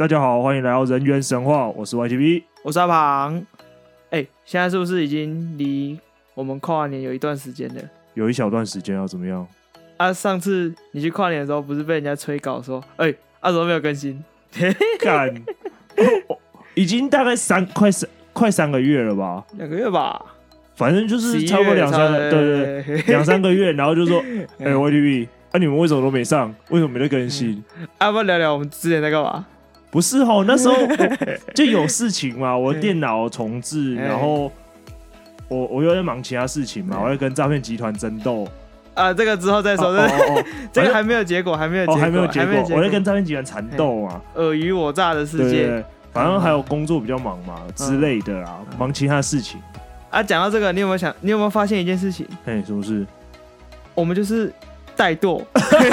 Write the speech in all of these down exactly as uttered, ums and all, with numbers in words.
大家好，欢迎来到人猿神话，我是 Y T V， 我是阿庞。哎，现在是不是已经离我们跨完年有一段时间了？ 有一小段时间要怎么样？ 啊，上次你去跨年的时候，不是被人家催稿说，哎，啊怎么没有更新？ 干、哦，已经大概三快三快三个月了吧？ 两个月吧， 反正就是差不多两三个，对对对，两三个月，然后就说，哎、欸、，Y T V， 啊你们为什么都没上？为什么没在更新？ 啊，不聊聊我们之前在干嘛？ 不是哦，那时候就有事情嘛，我电脑重置，然后我我又在忙其他事情嘛，我在跟诈骗集团争斗。 啊，这个之后再说。哦哦哦、这个还没有结果，还没有结果， 哦、还没有结果。我在跟诈骗集团缠斗嘛， 尔虞我诈的世界。 对对对，反正还有工作比较忙嘛、嗯、之类的啦，忙其他事情。 啊，讲到这个，你有没有想？你有没有发现一件事情？ 嘿，什么事？ 我们就是怠惰。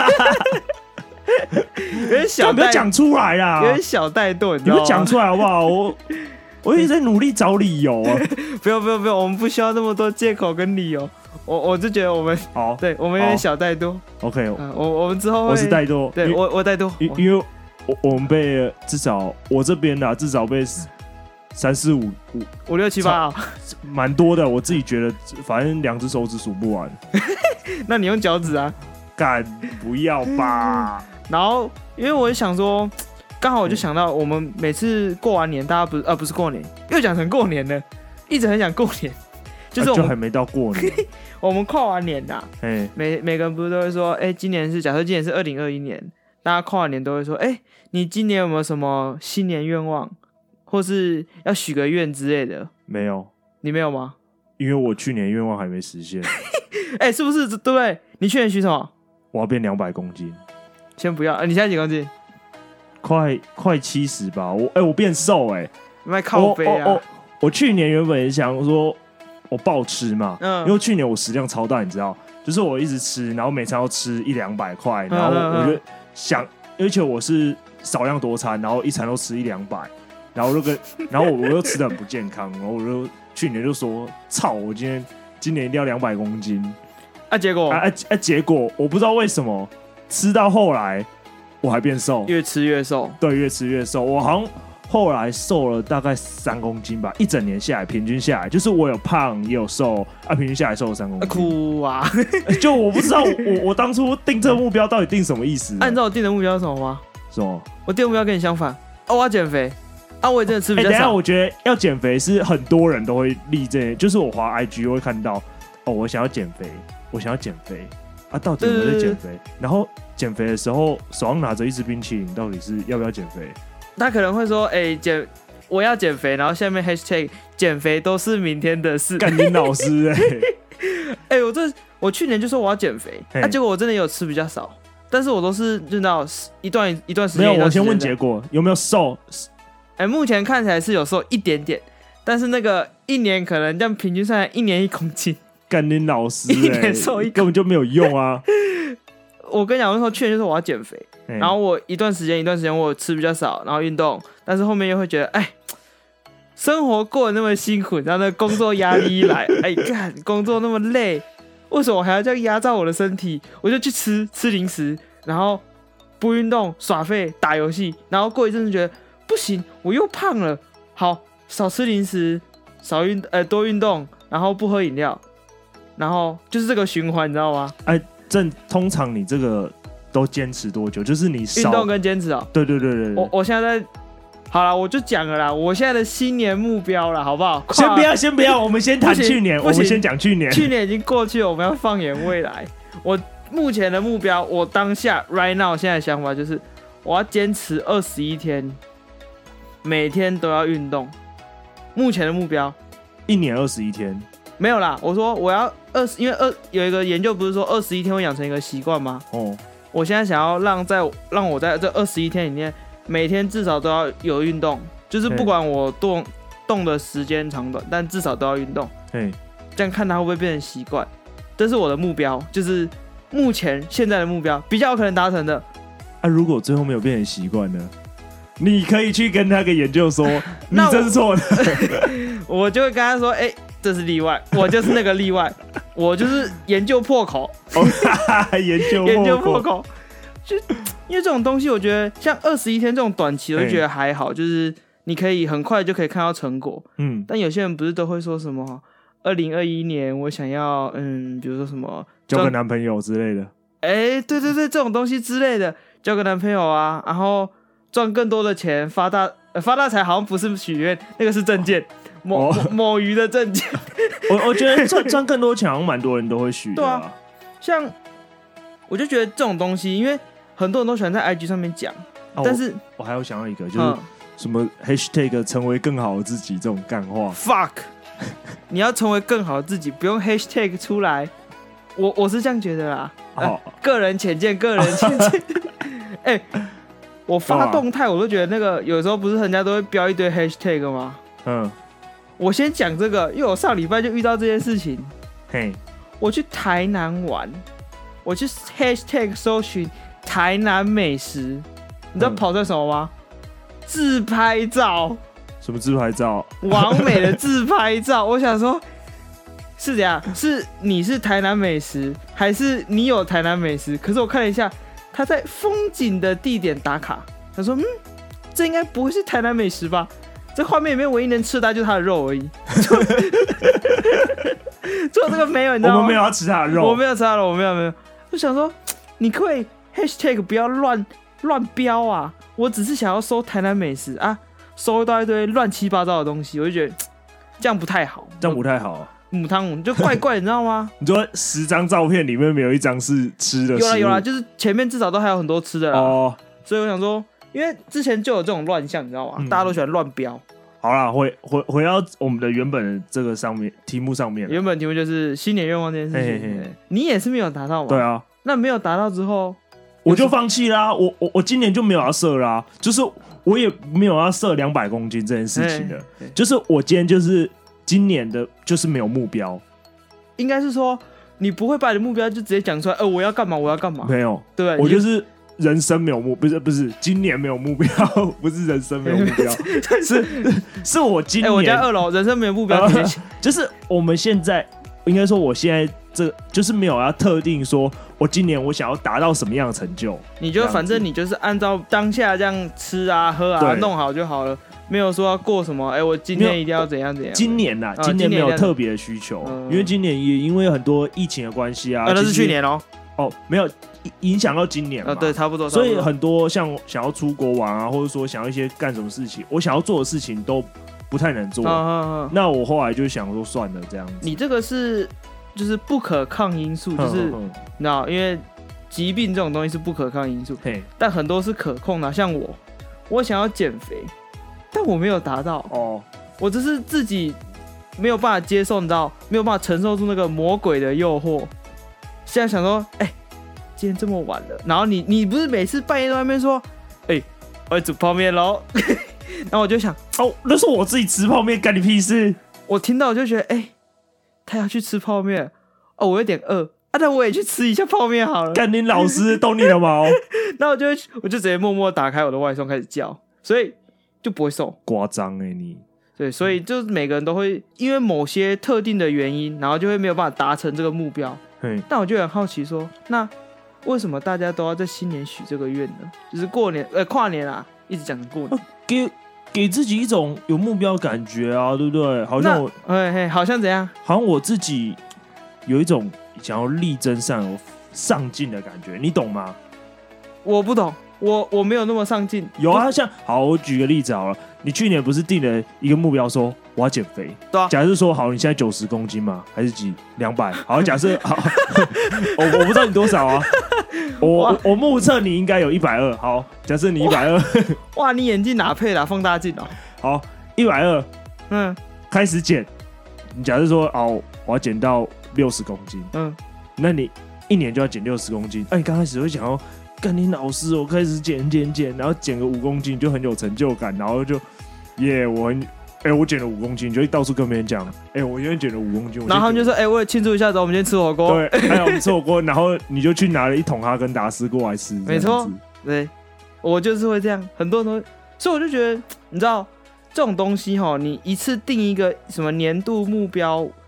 有点小， 不要讲出来啦！ 有点小怠惰，你知道吗？ 你不讲出来好不好？我我一直在努力找理由啊！ 不用不用不用，我们不需要那么多借口跟理由。我我就觉得我们好， 对我们有点小怠惰。 OK，、 嗯、我我们之后我是怠惰， 对我我怠惰， 因因为我我们被至少我这边的至少被三四五五五六七八， 蛮多的。我自己觉得，反正两只手指数不完。 那你用脚趾啊？ 干不要吧！ 然后，因为我想说，刚好我就想到，我们每次过完年，大家不是呃不是过年，又讲成过年了，一直很想过年，就是我们、 啊、就还没到过年， 我们跨完年呐，每每个人不是都会说，哎、欸，今年是假设今年是二零二一年，大家跨完年都会说，哎、欸，你今年有没有什么新年愿望，或是要许个愿之类的？ 没有， 你没有吗？ 因为我去年愿望还没实现。 哎、欸，是不是对不对？你去年许什么？ 我要变两百公斤。 先不要，呃、你现在几公斤？ 快快七十吧。我哎、欸，我变瘦哎、欸， 卖靠背啊！ 我, 我, 我去年原本也想说，我暴吃嘛，嗯，因为去年我食量超大，你知道，就是我一直吃，然后每餐要吃一两百块，然后我就想，而且我是少量多餐，然后一餐都吃一两百，然后我就跟，然后我又吃得很不健康，然后我就去年就说，操，我今天今年一定要两百公斤。 啊，结果啊啊啊！结果我不知道为什么吃到后来我还变瘦， 越吃越瘦。 对，越吃越瘦。我好像后来瘦了大概三公斤吧，一整年下来平均下来，就是我有胖也有瘦啊，平均下来瘦了三公斤。 哭啊！ 就我不知道我我当初定这个目标到底定什么意思？ 啊，你知道我定的目标是什么吗？ 什么？ 我定的目标跟你相反。啊，我要减肥。啊，我也真的吃比较少。 欸、等一下，我觉得要减肥是很多人都会立这，就是我滑 I G 会看到，哦，我想要减肥。我想要减肥啊，到底有没有在减肥？然后减肥的时候手上拿着一支冰淇淋，到底是要不要减肥？ 他可能会说：“哎、欸，减，我要减肥。”然后下面 hashtag 减肥都是明天的事。 干你老师哎、欸！ 哎、欸，我这我去年就说我要减肥，啊，结果我真的有吃比较少，但是我都是就那一段一段时间。 没有，我先问结果有没有瘦？ 哎、欸，目前看起来是有瘦一点点，但是那个一年可能这样平均下来一年一公斤。 干你老师、欸，一年瘦一根本就没有用啊！ 我跟你讲，我说去年就是我要减肥，然后我一段时间一段时间我吃比较少，然后运动，但是后面又会觉得，哎，生活过得那么辛苦，然后那工作压力一来，哎，干工作那么累，为什么我还要这样压榨我的身体？我就去吃吃零食，然后不运动耍废打游戏，然后过一阵子觉得不行，我又胖了，好少吃零食，少运呃多运动，然后不喝饮料。然后就是这个循环，你知道吗？ 哎，正通常你这个都坚持多久？就是你少运动跟坚持哦。 对对对 对, 对。 我我现在在，好啦，我就讲了啦，我现在的新年目标啦，好不好？ 先不要，先不要，我们先谈去年，我们先讲去年。 去年已经过去了，我们要放眼未来。我目前的目标，我当下 right now 现在的想法就是，我要坚持二十一天，每天都要运动。目前的目标， 一年二十一天。 没有啦，我说我要二十，因为二有一个研究不是说二十一天会养成一个习惯吗？哦，我现在想要让在让我在这二十一天里面，每天至少都要有运动，就是不管我动动的时间长短，但至少都要运动。 嘿， 这样看它会不会变成习惯？这是我的目标，就是目前现在的目标，比较有可能达成的。 啊，如果最后没有变成习惯呢？你可以去跟那个研究说，你这是错的。 我, 我就会跟他说，哎、欸。这是例外，我就是那个例外，我就是研究破口， 研究破口， 研究破口，就因为这种东西，我觉得像二十一天这种短期，我就觉得还好，就是你可以很快就可以看到成果。嗯，但有些人不是都会说什么二零二一年我想要嗯，比如说什么交个男朋友之类的。 哎、欸，对对对，这种东西之类的，交个男朋友啊，然后赚更多的钱，发大、呃、发大财，好像不是许愿，那个是证件，某、哦、某鱼的证件。 我我觉得赚赚更多钱，好像蛮多人都会许的、啊。 对啊，像我就觉得这种东西，因为很多人都喜欢在 I G 上面讲、啊，但是我, 我还有想到一个，就是什么 hashtag 成为更好的自己这种干话。 fuck， 你要成为更好的自己，不用 hashtag 出来。我我是这样觉得啦，呃、个人浅见，个人浅见。哎、欸，我发动态，我都觉得那个有时候不是人家都会标一堆 hashtag 吗？嗯，我先讲这个，因为我上礼拜就遇到这件事情。嘿，我去台南玩，我去 hashtag 搜寻台南美食，你知道跑出来什么吗？嗯、自拍照。 什么自拍照？ 完美的自拍照。我想说。是怎样？是你是台南美食，还是你有台南美食？可是我看了一下，他在风景的地点打卡，他说：“嗯，这应该不会是台南美食吧？这画面里面唯一能吃的就是他的肉而已。”做这个没有，你知道吗？ 我们没有要吃他的肉， 我没有吃他的肉，我没有没有。我想说，你可不可以 hashtag 不要乱乱标啊！我只是想要搜台南美食啊，搜到一堆乱七八糟的东西，我就觉得这样不太好， 这样不太好、啊。 母汤就怪怪，你知道吗？ 你说十张照片里面没有一张是吃的食物？ 有啦有啦，就是前面至少都还有很多吃的啦。哦，所以我想说，因为之前就有这种乱象，你知道吗？嗯、大家都喜欢乱标。 好啦，回回回到我们的原本的这个上面题目上面。 原本题目就是新年愿望这件事情，嘿嘿嘿你也是没有达到吗？ 对啊。 那没有达到之后， 我就放弃啦。我我我今年就没有要设啦，就是我也没有要设两百公斤这件事情的，就是我今天就是今年的就是没有目标。 应该是说，你不会把你的目标就直接讲出来，呃，我要干嘛，我要干嘛？ 没有， 对， 我就是人生没有目，不是不是，今年没有目标，不是人生没有目标，是是我今年， 欸、我家二楼人生没有目标、呃， 就是我们现在应该说，我现在这就是没有要特定说，我今年我想要达到什么样的成就， 你就反正你就是按照当下这样吃啊喝啊弄好就好了。没有说要过什么，哎、欸，我今天一定要怎样怎样。 今年呐、啊，今年没有特别的需求、嗯，因为今年也因为很多疫情的关系啊。 啊，那是去年哦。 哦，没有影响到今年嘛、 啊？对，差不多。 所以很多像想要出国玩啊，或者说想要一些干什么事情，我想要做的事情都不太能做。啊啊啊那我后来就想说，算了，这样子。 你这个是就是不可抗因素，就是你知道，因为疾病这种东西是不可抗因素，但很多是可控的、啊。像我，我想要减肥。但我没有达到哦，我只是自己没有办法接受，你知道，没有办法承受住那个魔鬼的诱惑。现在想说，哎、欸，今天这么晚了，然后你你不是每次半夜都在那边说，哎、欸，我要煮泡面喽，然后我就想， 哦，那是我自己吃泡面，干你屁事！ 我听到我就觉得，哎、欸，他要去吃泡面，哦，我有点饿啊，那我也去吃一下泡面好了。 干你老师懂你了吗？ 那我就我就直接默默打开我的外送开始叫，所以。就不会瘦， 夸张哎你。 对，所以就是每个人都会因为某些特定的原因，然后就会没有办法达成这个目标。但我就很好奇说，那为什么大家都要在新年许这个愿呢？就是过年呃跨年啊，一直讲过年，啊、 给给自己一种有目标的感觉啊，对不对？好像我， 嘿嘿，好像怎样？ 好像我自己有一种想要力争上游、上进的感觉，你懂吗？ 我不懂。我我没有那么上进， 有啊，像好，我举个例子好了，你去年不是定了一个目标说我要减肥， 对啊， 假设说好，你现在九十公斤嘛，还是几两百？好，假设好，我我不知道你多少啊，我我, 我目测你应该有一百二，好，假设你一百二， 哇，你眼镜哪配啦？放大镜哦， 好，一百二，嗯，开始减，你假设说哦，我要减到六十公斤，嗯，那你一年就要减六十公斤，那、啊、你刚开始会想要。干你老师，我开始减减减，然后减个五公斤就很有成就感，然后就耶， yeah, 我很哎、欸，我减了五公斤，就会到处跟别人讲，哎、欸，我今天减了五公斤， 然后他们就说，哎、欸，我也庆祝一下，走，我们今天吃火锅， 对，还有我们吃火锅，然后你就去拿了一桶哈根达斯过来吃， 没错，对，我就是会这样，很多人都会，所以我就觉得，你知道这种东西哈，你一次定一个什么年度目标，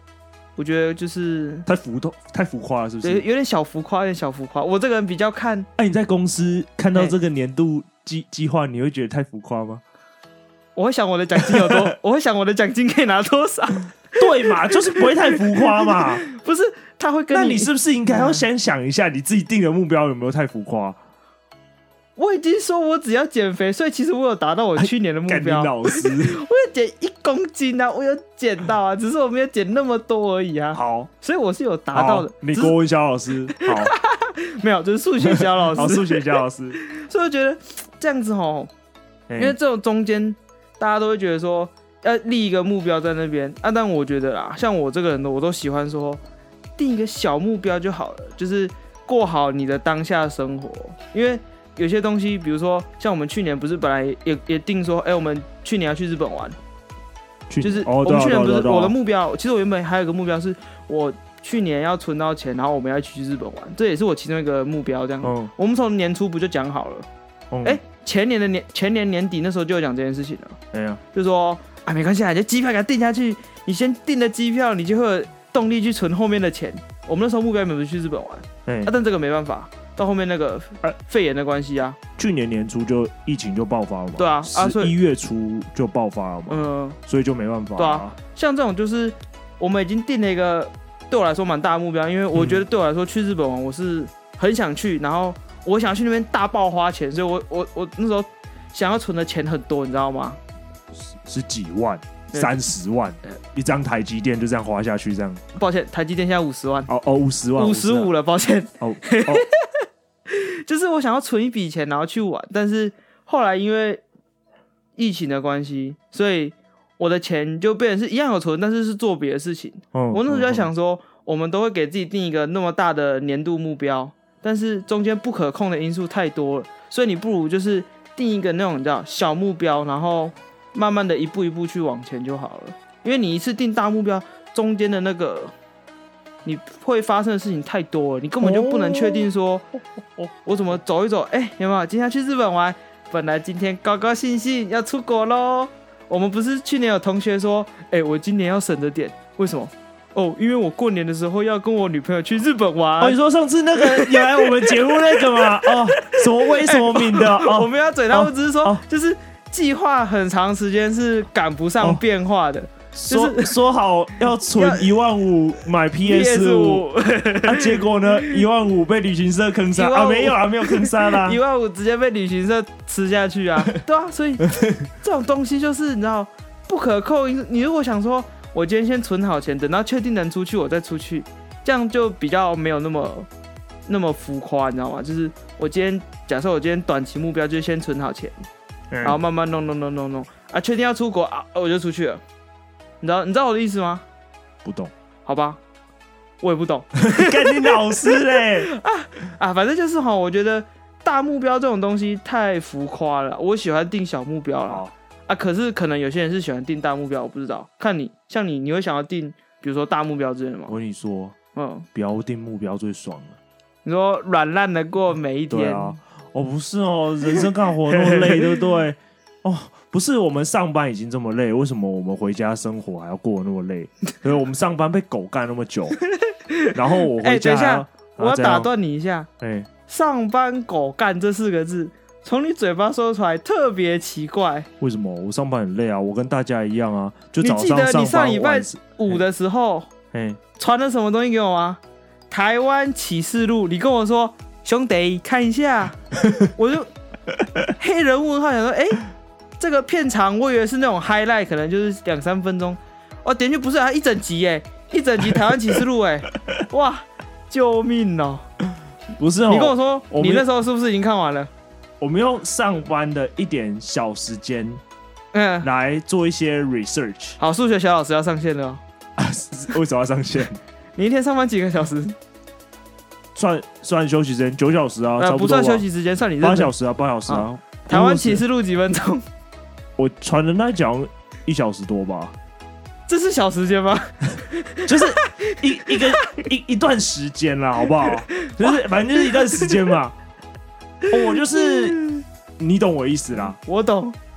我觉得就是太浮动、太浮夸了，是不是？ 对，有点小浮夸，有点小浮夸。我这个人比较看。 哎、啊，你在公司看到这个年度计计划，你会觉得太浮夸吗？ 我会想我的奖金有多，我会想我的奖金可以拿多少。 对嘛，就是不会太浮夸嘛。 不是，他会跟你。 那你是不是应该要先想一下，你自己定的目标有没有太浮夸？ 我已经说我只要减肥，所以其实我有达到我去年的目标。 老师，我有减一公斤啊，我有减到啊，只是我没有减那么多而已啊。 好， 所以我是有达到的。 你国文小老师，好， 没有，就是数学小老师， 好，数学小老师。 所以我觉得这样子吼，因为这种中间大家都会觉得说要立一个目标在那边啊，但我觉得啦，像我这个人的，我都喜欢说定一个小目标就好了，就是过好你的当下生活，因为。有些东西，比如说像我们去年不是本来 也, 也定说，哎、欸，我们去年要去日本玩，就是我们去年不是我的目标。其实我原本还有一个目标是，我去年要存到钱，然后我们要一起去日本玩，这也是我其中一个目标。这样，嗯、我们从年初不就讲好了？哎、嗯欸，前年的年前年年底那时候就有讲这件事情了。哎呀，就说啊，没关系，就机票给它定下去，你先订了机票，你就会有动力去存后面的钱。我们那时候目标原本不是去日本玩，欸、啊，但这个没办法。到后面那个肺炎的关系啊， 去年年初就疫情就爆发了嘛， 对啊， 十一月初就爆发了嘛，嗯，所以就没办法、啊， 对啊，像这种就是我们已经定了一个对我来说蛮大的目标，因为我觉得对我来说去日本玩我是很想去，然后我想去那边大爆花钱，所以我我我那时候想要存的钱很多，你知道吗？ 是, 是几万？三十万，一张台积电就这样花下去，这样。 抱歉，台积电现在五十万。 哦哦，五十万， 五十五了，抱歉。 哦哦， 就是我想要存一笔钱，然后去玩，但是后来因为疫情的关系，所以我的钱就变成是一样有存，但是是做别的事情。哦、我那时候就在想说，我们都会给自己定一个那么大的年度目标，但是中间不可控的因素太多了，所以你不如就是定一个那种叫小目标，然后。慢慢的一步一步去往前就好了，因为你一次定大目标，中间的那个你会发生的事情太多了，你根本就不能确定说，哦、我怎么走一走，哎、欸，有没有？今天去日本玩，本来今天高高兴兴要出国咯，我们不是去年有同学说，哎、欸，我今年要省着点，为什么？哦，因为我过年的时候要跟我女朋友去日本玩。 哦，你说上次那个有来我们节目那个嘛？哦，什么威什么敏的？欸、哦， 我没有嘴，他们只是说，哦、就是。计划很长时间是赶不上变化的，哦、 就是、说说好要存一万五买 P S 五，啊，结果呢一万五被旅行社坑杀啊，没有啊，没有坑杀啦， 一万五直接被旅行社吃下去啊，对啊，所以这种东西就是你知道不可控因素。你如果想说我今天先存好钱，等到确定能出去我再出去，这样就比较没有那么那么浮夸，你知道吗？就是我今天假设我今天短期目标就是先存好钱。然后慢慢弄弄弄弄弄啊，确定要出国啊，我就出去了。你知道你知道我的意思吗？ 不懂， 好吧，我也不懂。 干你老师嘞啊啊，反正就是哈，我觉得大目标这种东西太浮夸了，我喜欢定小目标啦。啊，可是可能有些人是喜欢定大目标，我不知道。看你，像你，你会想要定，比如说大目标之类的吗？ 我跟你说，嗯，不要定目标最爽了。 你说软烂的过每一天。 对啊。哦，不是哦，人生干活那么累，对不对？哦，不是，我们上班已经这么累，为什么我们回家生活还要过得那么累？对，我们上班被狗干那么久，然后我回家还要， 欸、等一下，我要打断你一下。哎、 欸， 上班狗干这四个字，从你嘴巴说出来特别奇怪。 为什么？我上班很累啊，我跟大家一样啊，就早上上班。你记得你上礼拜五的时候，哎，传了什么东西给我吗？台湾启示录，你跟我说。兄弟，看一下，我就黑人问号想说，哎、欸，这个片长我以为是那种 highlight， 可能就是两三分钟，哦，点进去不是，它一整集哎，一整集台湾启示录哎，哇，救命哦！ 不是哦， 你跟我说，我你那时候是不是已经看完了？ 我们用上班的一点小时间，嗯，来做一些 research。 好，数学小老师要上线了、哦啊，为什么要上线？ 你一天上班几个小时？ 算算休息时间九小时啊，呃、 不算休息时间，算你八小时啊，八小时啊。啊台湾启示录几分钟？ 我传的那讲一小时多吧。 这是小时间吗？ 就是一一个一一段时间啦，好不好？就是反正就是一段时间嘛。我就是你懂我意思啦， 我懂。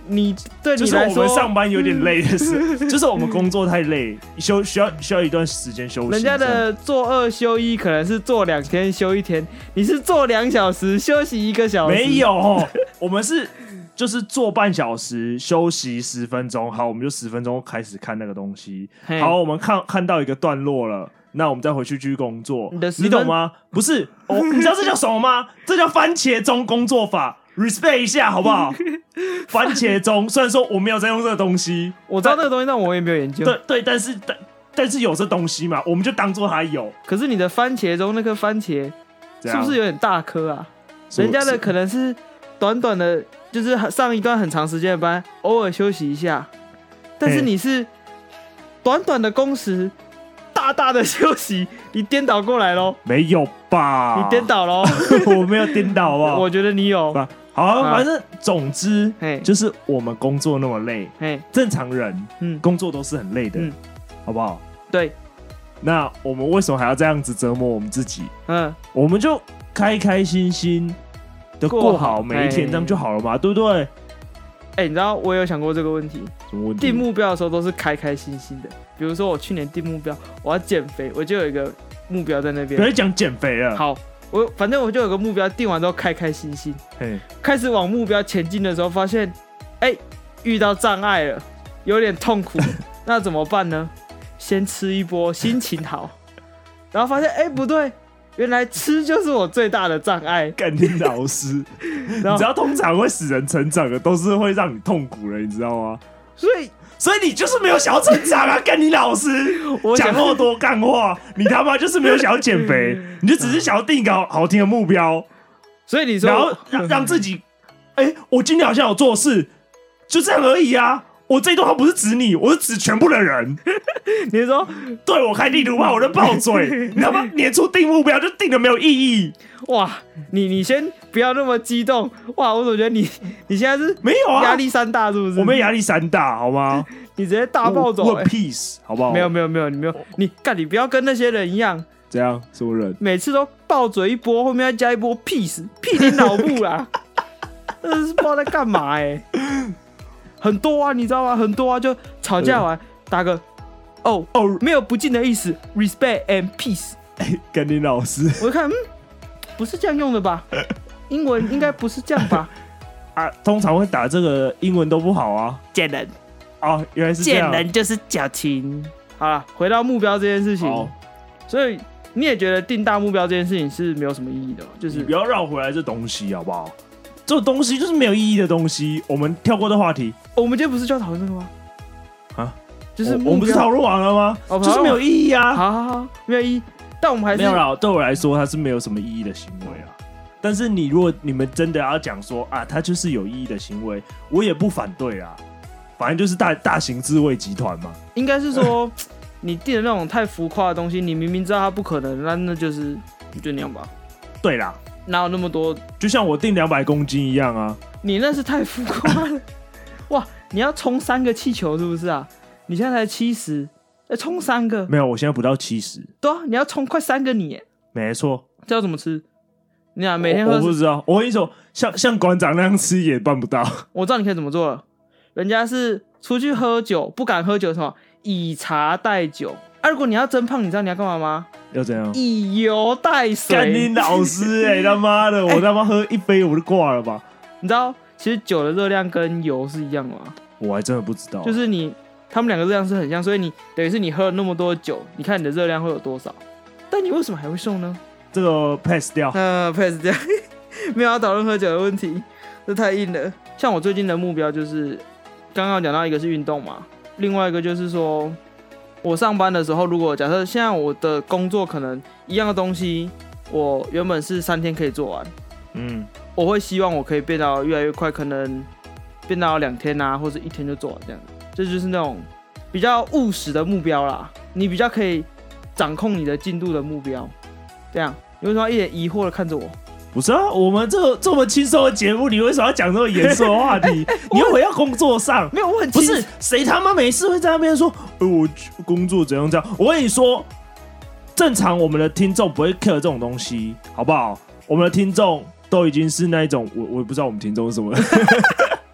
你对你来说， 就是我们上班有点累的事，嗯、就是我们工作太累，休需要需要一段时间休息。 人家的做二休一可能是做两天休一天，你是做两小时休息一个小时。 没有，我们是就是做半小时休息十分钟，好，我们就十分钟开始看那个东西。好，我们看看到一个段落了。那我们再回去继续工作，你, 你懂吗？不是，哦，你知道这叫什么吗？这叫番茄钟工作法 ，respect 一下好不好？番茄钟，虽然说我没有在用这个东西， 我知道这个东西，但我也没有研究。 对对，但是但但是有这东西嘛，我们就当做它有。 可是你的番茄钟那颗番茄是不是有点大颗啊？人家的可能是短短的，就是上一段很长时间的班，偶尔休息一下，但是你是短短的工时。大大的休息，你颠倒过来咯？ 没有吧？ 你颠倒咯？ 我没有颠倒吧？ 我觉得你有。 好、啊，反正总之就是我们工作那么累，正常人、嗯、工作都是很累的、嗯，好不好？ 对。 那我们为什么还要这样子折磨我们自己？嗯，我们就开开心心的过好每一天，这样就好了嘛，对不对？ 哎、欸，你知道我有想过这个问题。 什么问题？ 定目标的时候都是开开心心的。比如说我去年定目标，我要减肥，我就有一个目标在那边。 不要讲减肥了。 好，我反正我就有个目标，定完之后开开心心。开始往目标前进的时候，发现，哎、欸，遇到障碍了，有点痛苦。那怎么办呢？先吃一波，心情好。然后发现，哎、欸，不对。原来吃就是我最大的障碍。 干你老师，你知道通常会使人成长的，都是会让你痛苦的，你知道吗？ 所以， 所以你就是没有想要成长啊！干你老师，讲那么多干话，你他妈就是没有想要减肥，你就只是想要定一个好听的目标。 所以你说， 然后让让自己，哎、欸，我今天好像有做事，就这样而已啊。我这一段话不是指你，我是指全部的人。 你是说对我开地图炮，我就爆嘴。你他妈年初定目标就定的没有意义。 哇，你你先不要那么激动。哇，我总觉得你你现在是没有啊， 压力山大是不是？ 我没有压力山大，好吗？ 你直接大暴走、欸。 我 peace 好不好？ 没有没有没有，你没有你干，你不要跟那些人一样。 怎样？什么人？ 每次都爆嘴一波，后面要加一波 peace， 屁你脑部啦！真的是不知道在干嘛哎、欸。很多啊，你知道吗？很多啊，就吵架完打个哦哦，没有不敬的意思 ，respect and peace。 哎，跟你老师， 我就看，嗯，不是这样用的吧？英文应该不是这样吧？ 啊，通常会打这个英文都不好啊， 贱人。 哦，原来是这样。 贱人就是矫情。好了，回到目标这件事情，所以你也觉得定大目标这件事情是没有什么意义的，就是你不要绕回来这东西好不好？这种东西就是没有意义的东西，我们跳过这话题。 我们今天不是就要讨论这个吗？ 啊， 就是我们不是讨论完了吗？哦、就是没有意义啊。 好好好，没有意义。但我们还是没有啦。对我来说，它是没有什么意义的行为啊。但是你如果你们真的要讲说啊，它就是有意义的行为，我也不反对啊。反正就是大大型智慧集团嘛。 应该是说，你定的那种太浮夸的东西，你明明知道它不可能，那那就是就那样吧。 对啦。 哪有那么多？ 就像我定两百公斤一样啊！ 你那是太浮夸了，哇！你要冲三个气球是不是啊？你现在才七十，要冲三个？ 没有，我现在不到七十。 对啊，你要冲快三个你。 没错。 这要怎么吃？你俩每天喝？ 我, 我不知道，我跟你说，像像馆长那样吃也办不到。 我知道你可以怎么做了，人家是出去喝酒，不敢喝酒什么，以茶代酒。啊，如果你要增胖，你知道你要干嘛吗？ 要怎样？ 以油代水。 干你老师哎、欸，他妈的，我他妈喝一杯我就挂了吧？ 你知道，其实酒的热量跟油是一样的吗？ 我还真的不知道。 就是你，他们两个热量是很像，所以你等于是你喝了那么多酒，你看你的热量会有多少？但你为什么还会瘦呢？ 这个 pass 掉， 呃 ，pass 掉，没有要讨论喝酒的问题，这太硬了。像我最近的目标就是，刚刚讲到一个是运动嘛，另外一个就是说。我上班的时候，如果假设现在我的工作可能一样的东西，我原本是三天可以做完，嗯，我会希望我可以变到越来越快，可能变到两天啊，或者一天就做完这样。这就是那种比较务实的目标啦，你比较可以掌控你的进度的目标。这样，你为什么要一脸疑惑的看着我？ 不是啊，我们这个这么轻松的节目，你为什么要讲这么严肃的话题？你又回到工作上， 没有，我很不是谁他妈没事会在那边说，呃，我工作怎样这样？我跟你说，正常我们的听众不会 care 这种东西，好不好？我们的听众都已经是那一种，我我也不知道我们听众是什么。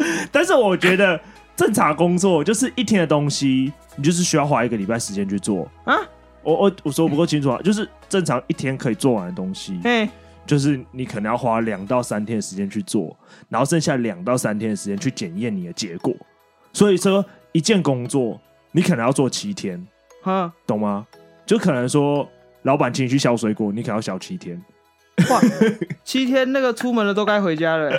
但是我觉得正常工作就是一天的东西，你就是需要花一个礼拜时间去做啊。我我我说不够清楚啊，就是正常一天可以做完的东西，就是你可能要花两到三天的时间去做，然后剩下两到三天的时间去检验你的结果。所以说一件工作你可能要做七天，懂吗？就可能说老板请你去削水果，你可能要削七天。 哇，七天那个出门了都该回家了。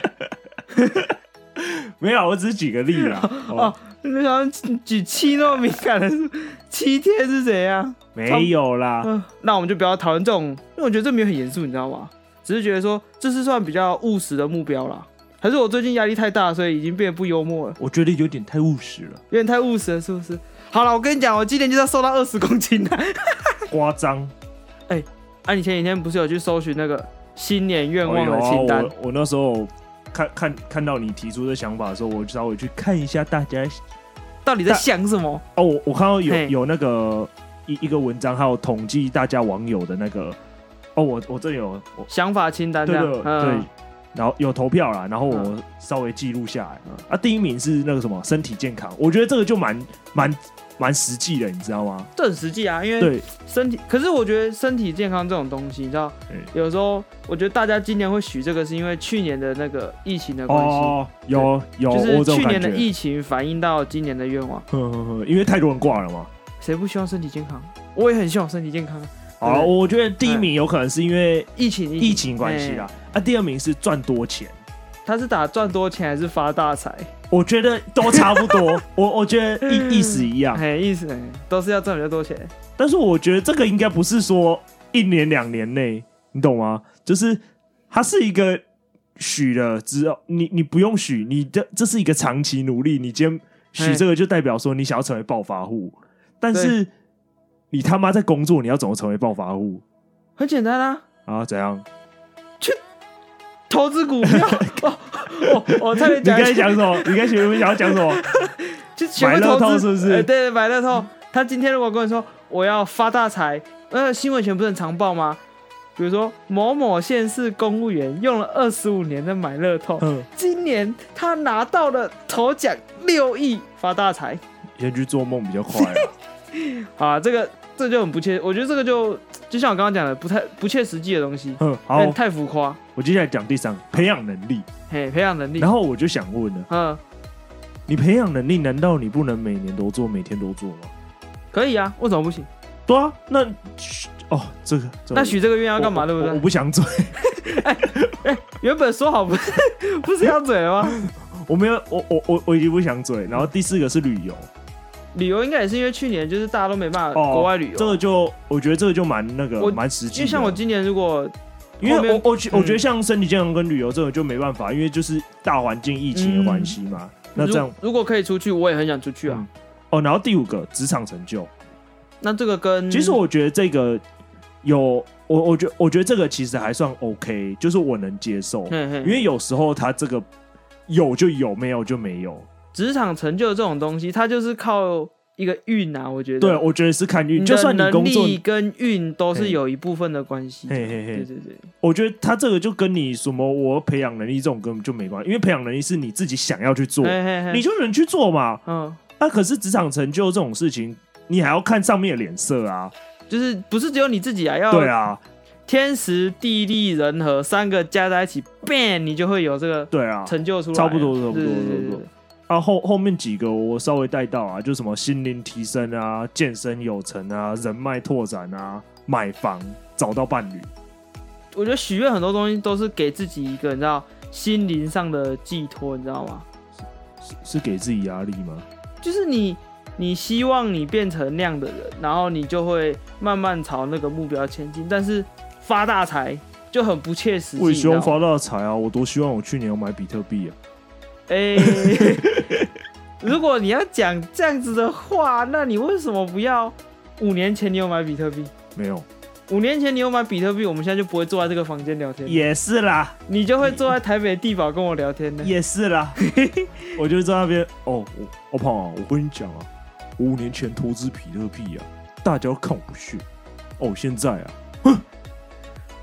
没有，我只是举个例啦。 哦，你想举七那么敏感的数，七天是怎样？ 没有啦、 呃。那我们就不要讨论这种，因为我觉得这没有很严肃，你知道吗？只是觉得说这是算比较务实的目标啦。还是我最近压力太大，所以已经变得不幽默了？ 我觉得有点太务实了， 有点太务实了，是不是？好了，我跟你讲，我今年就是要瘦到二十公斤的， 夸张。 哎、欸，啊，你前几天不是有去搜寻那个新年愿望的清单？ 哦啊、我, 我那时候看看看到你提出的想法的时候，我就稍微去看一下大家到底在想什么。 哦，我我看到有有那个一一个文章，还有统计大家网友的那个。哦，我我这里有想法清单这样， 对对、嗯、对，然后有投票啦，然后我稍微记录下来、嗯。啊，第一名是那个什么身体健康，我觉得这个就蛮蛮蛮实际的，你知道吗？ 这很实际啊，因为身体，可是我觉得身体健康这种东西，你知道，有时候我觉得大家今年会许这个，是因为去年的那个疫情的关系。哦， 有有， 就是去年的疫情反映到今年的愿望。 呵呵呵，因为太多人挂了嘛。 谁不希望身体健康？我也很希望身体健康。 好，我觉得第一名有可能是因为疫情疫情关系啦。啊，第二名是赚多钱。 他是打赚多钱还是发大财？ 我觉得都差不多。我我觉得意意思一样， 哎，意思都是要赚比较多钱。 但是我觉得这个应该不是说一年两年内，你懂吗？就是它是一个许了之后，你你不用许，你的这是一个长期努力。你今天许这个，就代表说你想要成为暴发户，但是。你他妈在工作，你要怎么成为暴发户？ 很简单啊！ 啊，怎样？ 去投资股票。哦哦，我差点讲。 你刚才讲什么？你刚才学会想要讲什么？ 就买乐透是不是？ 欸、对，买乐透。他今天如果跟我说我要发大财，呃，新闻前不是很常报吗？比如说某某县市公务员用了二十五年的买乐透，嗯，今年他拿到了头奖六亿，发大财。 先去做梦比较快啊。 好啊，这个。这就很不切，我觉得这个就就像我刚刚讲的，不太不切实际的东西，嗯，好，太浮夸。 我接下来讲第三，培养能力， 嘿，培养能力。 然后我就想问了，嗯，你培养能力，难道你不能每年都做，每天都做吗？ 可以啊，为什么不行？ 对啊，那哦，这个， 这个那许这个愿要干嘛？对不对？ 我不想嘴。 哎哎，原本说好不是不是要嘴了吗？ 我没有，我我我我已经不想嘴。然后第四个是旅游。 旅游应该也是因为去年就是大家都没办法国外旅游、哦， 这个就我觉得这个就蛮那个蛮实际的。 因为像我今年如果， 因为我我、嗯、我觉得像身体健康跟旅游这个就没办法，因为就是大环境疫情的关系嘛、嗯。那这样如, 如果可以出去，我也很想出去啊。嗯、 哦，然后第五个职场成就， 那这个跟其实我觉得这个有我我觉得我觉得这个其实还算 OK， 就是我能接受，嘿嘿因为有时候他这个有就有，没有就没有。 职场成就这种东西，它就是靠一个运啊，我觉得。 对，我觉得是看运，就算你工作能力跟运都是有一部分的关系。嘿嘿嘿，对对对。 我觉得他这个就跟你什么我培养能力这种根本就没关系，因为培养能力是你自己想要去做，嘿嘿嘿你就能去做嘛。嗯。那、啊、可是职场成就这种事情，你还要看上面的脸色啊， 就是不是只有你自己啊，要对啊。 天时地利人和三个加在一起 ，bang， 你就会有这个对啊成就出来， 差不多差不多差不多。啊后后面几个我稍微带到啊，就什么心灵提升啊、健身有成啊、人脉拓展啊、买房、找到伴侣。 我觉得许愿很多东西都是给自己一个你知道心灵上的寄托，你知道吗？ 是, 是给自己压力吗？ 就是你你希望你变成那样的人，然后你就会慢慢朝那个目标前进。但是发大财就很不切实际。 我也希望发大财啊！我多希望我去年有买比特币啊！ 哎、欸，如果你要讲这样子的话，那你为什么不要五年前你有买比特币？ 没有。 五年前你有买比特币，我们现在就不会坐在这个房间聊天。 也是啦， 你就会坐在台北地堡跟我聊天的。 也是啦，我就在那边哦，我胖啊，我跟你讲啊，我五年前投资比特币啊，大家都看我不屑。哦，现在啊，哼，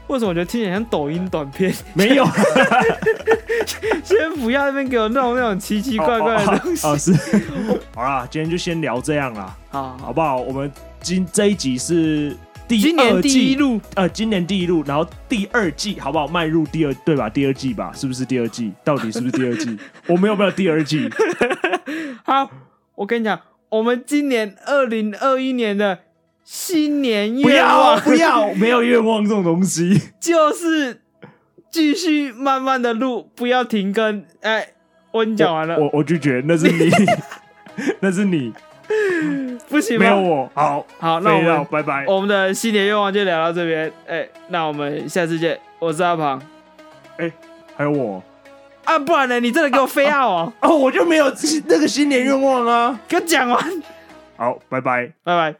为什么我觉得听起来像抖音短片？ 没有， 先不要那边给我弄那种奇奇怪怪的东西。 哦，哦是，好啦，今天就先聊这样啦， 好， 好不好？我们今这一集是第今年第一路， 呃，今年第一路，然后第二季好不好？迈入第二，对吧？第二季吧，是不是第二季？到底是不是第二季？我们有没有第二季？ 好，我跟你讲，我们今年二零二一年的新年愿望， 不要，不要，没有愿望这种东西， 就是继续慢慢的录，不要停更。哎，我已经讲完了， 我 我, 我拒绝，那是你，那是你， 不行吗？ 没有我，好， 好，那我们拜拜。 我们的新年愿望就聊到这边，哎，那我们下次见。我是阿庞， 哎，还有我啊，不然呢？你真的给我飞奥哦？ 哦，我就没有那个新年愿望啊， 给我讲完。 好，拜拜， 拜拜。